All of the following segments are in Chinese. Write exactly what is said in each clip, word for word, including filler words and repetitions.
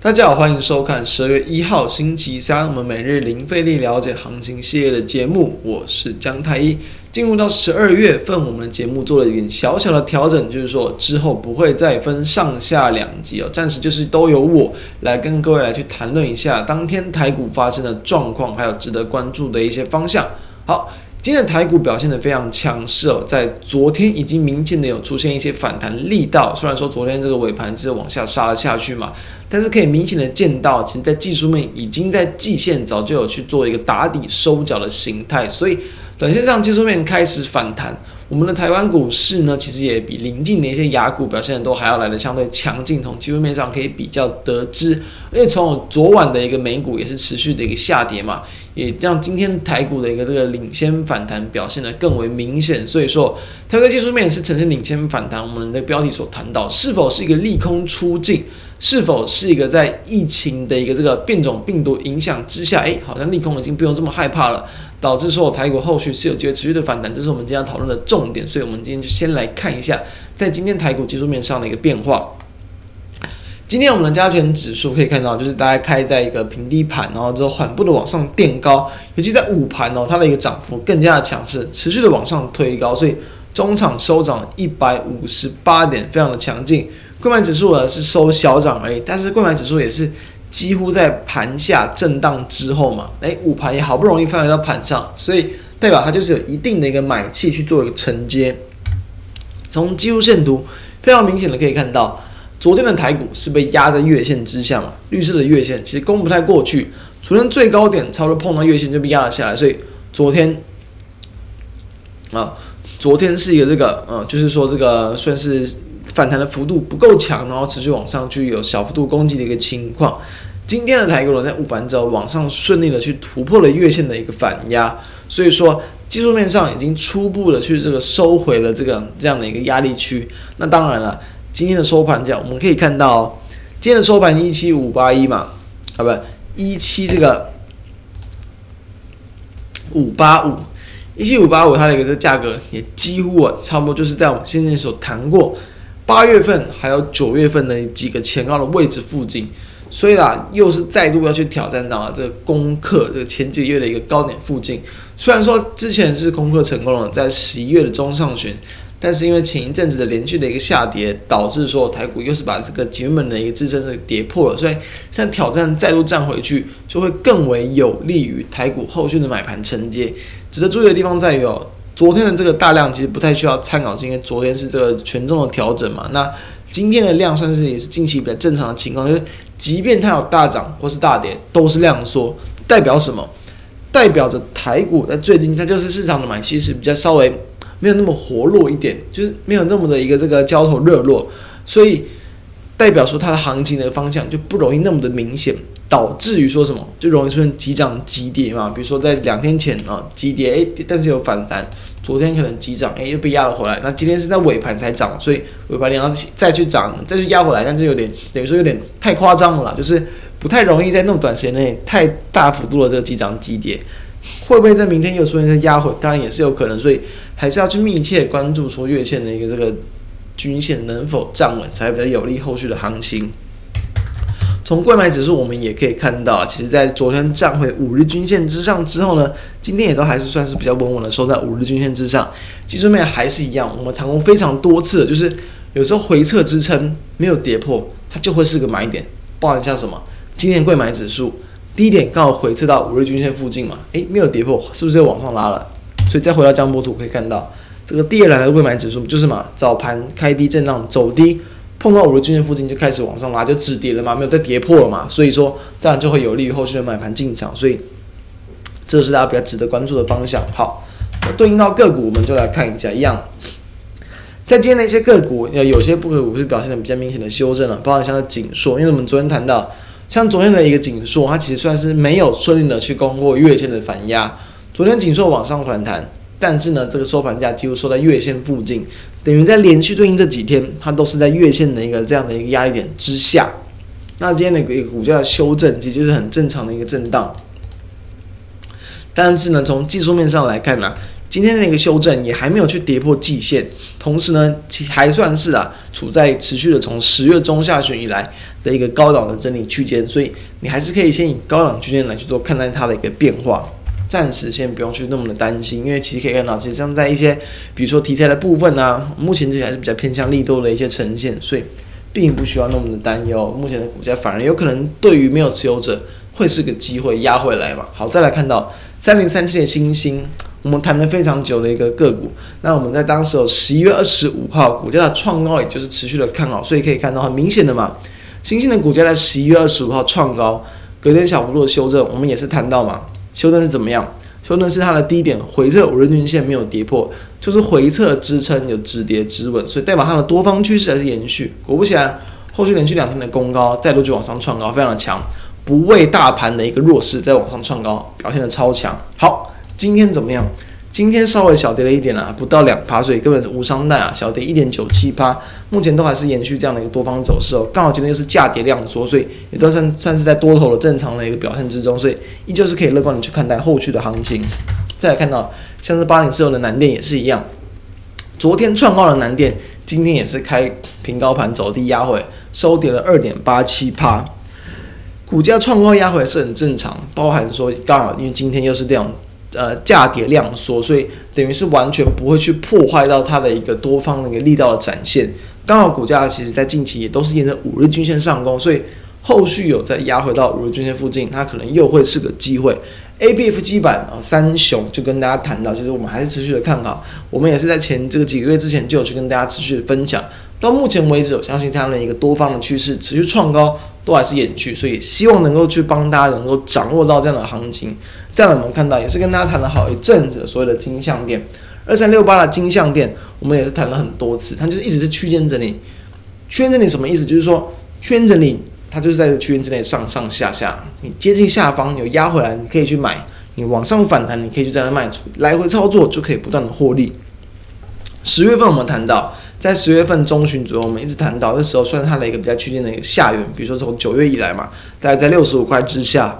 大家好，欢迎收看十二月一号星期三我们每日零费力了解行情系列的节目，我是江太一。进入到十二月份，我们的节目做了一点小小的调整，就是说之后不会再分上下两集哦，暂时就是都由我来跟各位来去谈论一下当天台股发生的状况，还有值得关注的一些方向。好。今天的台股表现得非常强势哦，在昨天已经明显的有出现一些反弹力道，虽然说昨天这个尾盘是往下杀了下去嘛，但是可以明显的见到，其实在技术面已经在季线早就有去做一个打底收脚的形态，所以短线上技术面开始反弹。我们的台湾股市呢，其实也比邻近的一些亚股表现的都还要来的相对强劲，从技术面上可以比较得知，而且从昨晚的一个美股也是持续的一个下跌嘛，也让今天台股的一个这个领先反弹表现得更为明显，所以说台股的技术面是呈现领先反弹。我们的标题所谈到，是否是一个利空出尽？是否是一个在疫情的一个这个变种病毒影响之下，哎，好像利空已经不用这么害怕了，导致说台股后续是有机会持续的反弹，这是我们今天要讨论的重点。所以我们今天就先来看一下，在今天台股技术面上的一个变化。今天我们的加权指数可以看到，就是大概开在一个平低盘，然后之后缓步的往上垫高，尤其在午盘哦，它的一个涨幅更加的强势，持续的往上推高，所以中场收涨一百五十八点，非常的强劲。柜买指数呢是收小涨而已，但是柜买指数也是几乎在盘下震荡之后嘛，哎，午盘也好不容易翻回到盘上，所以代表它就是有一定的一个买气去做一个承接。从技术线图非常明显的可以看到，昨天的台股是被压在月线之下嘛，绿色的月线其实攻不太过去，昨天最高点差不多碰到月线就被压了下来，所以昨天啊，昨天是一个这个呃，就是说这个算是反弹的幅度不够强，然后持续往上去有小幅度攻击的一个情况。今天的台股呢，在午盘之后往上顺利的去突破了月线的一个反压，所以说技术面上已经初步的去这个收回了这个这样的一个压力区。那当然了，今天的收盘价我们可以看到、哦，今天的收盘一七五八一嘛，啊不一七这个五八五。一七五八五它的一个这个价格也几乎啊，差不多就是在我们先前所谈过八月份还有九月份的几个前高的位置附近，所以啦，又是再度要去挑战到这个攻克这个前几个月的一个高点附近。虽然说之前是攻克成功了，在十一月的中上旬，但是因为前一阵子的连续的一个下跌，导致说台股又是把这个原本的一个支撑给跌破了，所以现在挑战再度站回去，就会更为有利于台股后续的买盘承接。值得注意的地方在于哦，昨天的这个大量其实不太需要参考，是因为昨天是这个权重的调整嘛。那今天的量算是也是近期比较正常的情况，就是即便它有大涨或是大跌，都是量缩，代表什么？代表着台股在最近它就是市场的买气是比较稍微没有那么活络一点，就是没有那么的一个这个交投热络，所以代表说它的行情的方向就不容易那么的明显，导致于说什么就容易出现急涨急跌嘛。比如说在两天前啊急跌，哎，但是有反弹，昨天可能急涨，哎，又被压了回来。那今天是在尾盘才涨，所以尾盘你要再去涨，再去压回来，但是有点等于说有点太夸张了啦，就是不太容易在那么短时间内太大幅度的这个急涨急跌。会不会在明天又出现压回？当然也是有可能，所以还是要去密切关注说月线的一个这个均线能否站稳，才比较有利后续的行情。从柜买指数我们也可以看到，其实在昨天站回五日均线之上之后呢，今天也都还是算是比较稳稳的收在五日均线之上。技术面还是一样，我们谈过非常多次了，就是有时候回撤支撑没有跌破，它就会是个买点。包含像什么，今天柜买指数低点刚好回撤到五日均线附近嘛，诶，没有跌破，是不是又往上拉了？所以再回到江波图可以看到，这个第二栏的柜买指数就是嘛，早盘开低震荡走低，碰到五日均线附近就开始往上拉，就止跌了嘛，没有再跌破了嘛，所以说当然就会有利于后续的买盘进场，所以这是大家比较值得关注的方向。好，对应到个股，我们就来看一下，一样，在今天的一些个股，有些个股是表现的比较明显的修正了，包括像是景硕，因为我们昨天谈到。像昨天的一个景硕，它其实算是没有顺利的去攻过月线的反压。昨天景硕往上反弹，但是呢，这个收盘价几乎收在月线附近，等于在连续最近这几天，它都是在月线的一个这样的一个压力点之下。那今天的一个股价的修正，其实就是很正常的一个震荡。但是呢，从技术面上来看呢、啊，今今天的一个修正也还没有去跌破季线，同时呢，其还算是啊处在持续的从十月中下旬以来的一个高档的整理区间，所以你还是可以先以高档区间来去做看待它的一个变化。暂时先不用去那么的担心，因为其实可以看到，其实像在一些比如说题材的部分啊，目前这还是比较偏向利多的一些呈现，所以并不需要那么的担忧。目前的股价反而有可能对于没有持有者会是个机会压回来嘛。好，再来看到三零三七的星星，我们谈了非常久的一个个股，那我们在当时有十一月二十五号股价的创高，也就是持续的看好，所以可以看到很明显的嘛，星星的股价在十一月二十五号创高，隔天小幅度的修正，我们也是谈到嘛。修正是怎么样？修正是它的低点回撤五日均线没有跌破，就是回撤支撑有止跌止稳，所以代表它的多方趋势还是延续。果不其然，后续连续两天的攻高，再度就往上创高，非常的强，不为大盘的一个弱势再往上创高，表现的超强。好，今天怎么样？今天稍微小跌了一点啊，不到两趴，所以根本是无伤大雅，小跌一点九七趴，目前都还是延续这样的一个多方走势哦。刚好今天又是价跌量缩，所以也都算算是在多头的正常的一个表现之中，所以依旧是可以乐观的去看待后续的行情。再来看到像是八零四六的南电也是一样，昨天创高的南电，今天也是开平高盘走低压回，收跌了二点八七趴，股价创高压回是很正常，包含说刚好因为今天又是这样。呃，价跌量缩，所以等于是完全不会去破坏到它的一个多方的一个力道的展现。刚好股价其实在近期也都是沿着五日均线上攻，所以后续有再压回到五日均线附近，它可能又会是个机会。A B F 基板啊，三雄就跟大家谈到，其实我们还是持续的看好，我们也是在前这个几个月之前就有去跟大家持续的分享。到目前为止，我相信它的一个多方的趋势持续创高都还是延续，所以希望能够去帮大家能够掌握到这样的行情。再来我们看到也是跟大家谈了好一阵子的所谓的金项店二三六八的金项店，我们也是谈了很多次，它就是一直是区间整理。区间整理什么意思？就是说区间整理它就是在这个区间之内上上下下，你接近下方有压回来，你可以去买；你往上反弹，你可以去在那卖出，来回操作就可以不断的获利。十月份我们谈到，在十月份中旬左右，我们一直谈到那时候算是它的一个比较区间的一个下缘，比如说从九月以来嘛，大概在六十五块之下。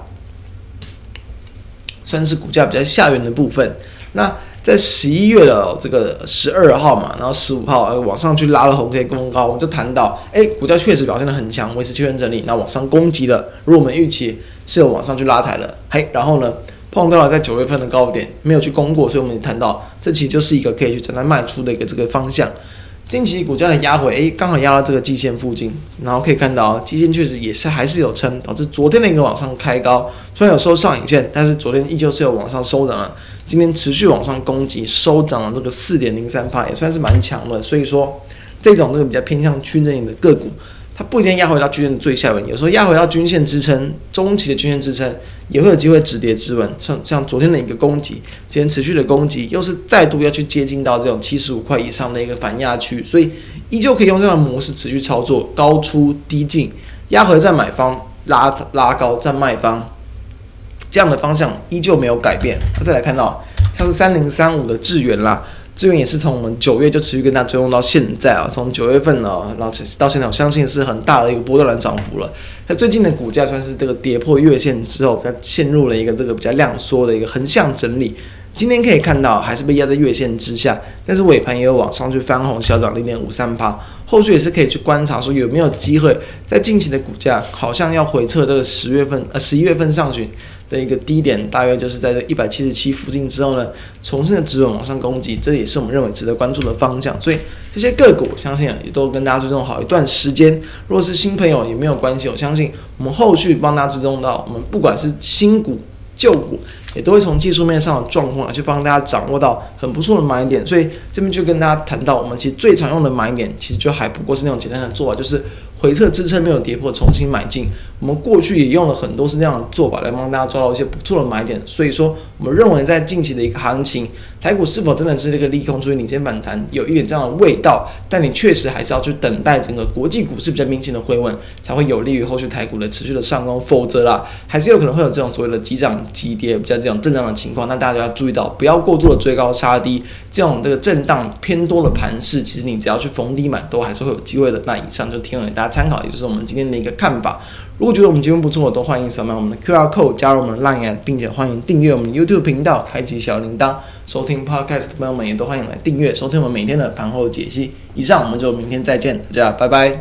算是股价比较下缘的部分。那在十一月的这个十二号嘛，然后十五号往上去拉了红 K 攻高，我们就谈到，哎，股价确实表现得很强，维持区间整理，那往上攻击了。如果我们预期是有往上去拉抬的，嘿，然后呢碰到了在九月份的高点，没有去攻过，所以我们也谈到，这其实就是一个可以去承担卖出的一个这个方向。近期股价的压回，哎，刚好压到这个季线附近，然后可以看到季线确实也是还是有撑，导致昨天的一个往上开高，虽然有收上影线，但是昨天依旧是有往上收涨了，今天持续往上攻击，收涨了这个 四点零三趴，也算是蛮强的。所以说，这种这个比较偏向区间型的个股，它不一定压回到均线的最下缘，有时候压回到均线支撑、中期的均线支撑，也会有机会止跌止稳。像像昨天的一个攻击，今天持续的攻击，又是再度要去接近到这种七十五块以上的一个反压区，所以依旧可以用这样的模式持续操作，高出低进，压回占买方，拉拉高占卖方，这样的方向依旧没有改变。再来看到像是三零三五的智原啦。资源也是从我们九月就持续跟它追踪到现在啊，从九月份呢，然后到现在，我相信是很大的一个波段的涨幅了。在最近的股价算是这个跌破月线之后，它陷入了一个这个比较量缩的一个横向整理。今天可以看到还是被压在月线之下，但是尾盘也有往上去翻红，小涨 零点五三趴。后续也是可以去观察说有没有机会在近期的股价好像要回撤这个十月份呃十一月份上旬的一个低点，大约就是在这一百七十七附近之后呢，重新的止稳往上攻击，这也是我们认为值得关注的方向。所以这些个股，我相信也都跟大家追踪好一段时间。如果是新朋友也没有关系，我相信我们后续帮大家追踪到，我们不管是新股、旧股，也都会从技术面上的状况来去帮大家掌握到很不错的买点。所以这边就跟大家谈到，我们其实最常用的买点，其实就还不过是那种简单的做法，就是回撤支撑没有跌破，重新买进。我们过去也用了很多是这样的做法来帮大家抓到一些不错的买点。所以说，我们认为在近期的一个行情，台股是否真的是这个利空出现领先反弹，有一点这样的味道，但你确实还是要去等待整个国际股市比较明显的回稳，才会有利于后续台股的持续的上攻。否则啦，还是有可能会有这种所谓的急涨急跌比较这种震荡的情况。那大家要注意到，不要过度的追高杀低，这种这个震荡偏多的盘势，其实你只要去逢低买，都还是会有机会的。那以上就提供给大家家参考，也就是我们今天的一个看法。如果觉得我们节目不错，都欢迎扫描我们的 Q R code 加入我们的 LINE， 并且欢迎订阅我们的 YouTube 频道，开启小铃铛。收听 Podcast 的朋友们也都欢迎来订阅收听我们每天的盘后解析。以上，我们就明天再见，大家拜拜。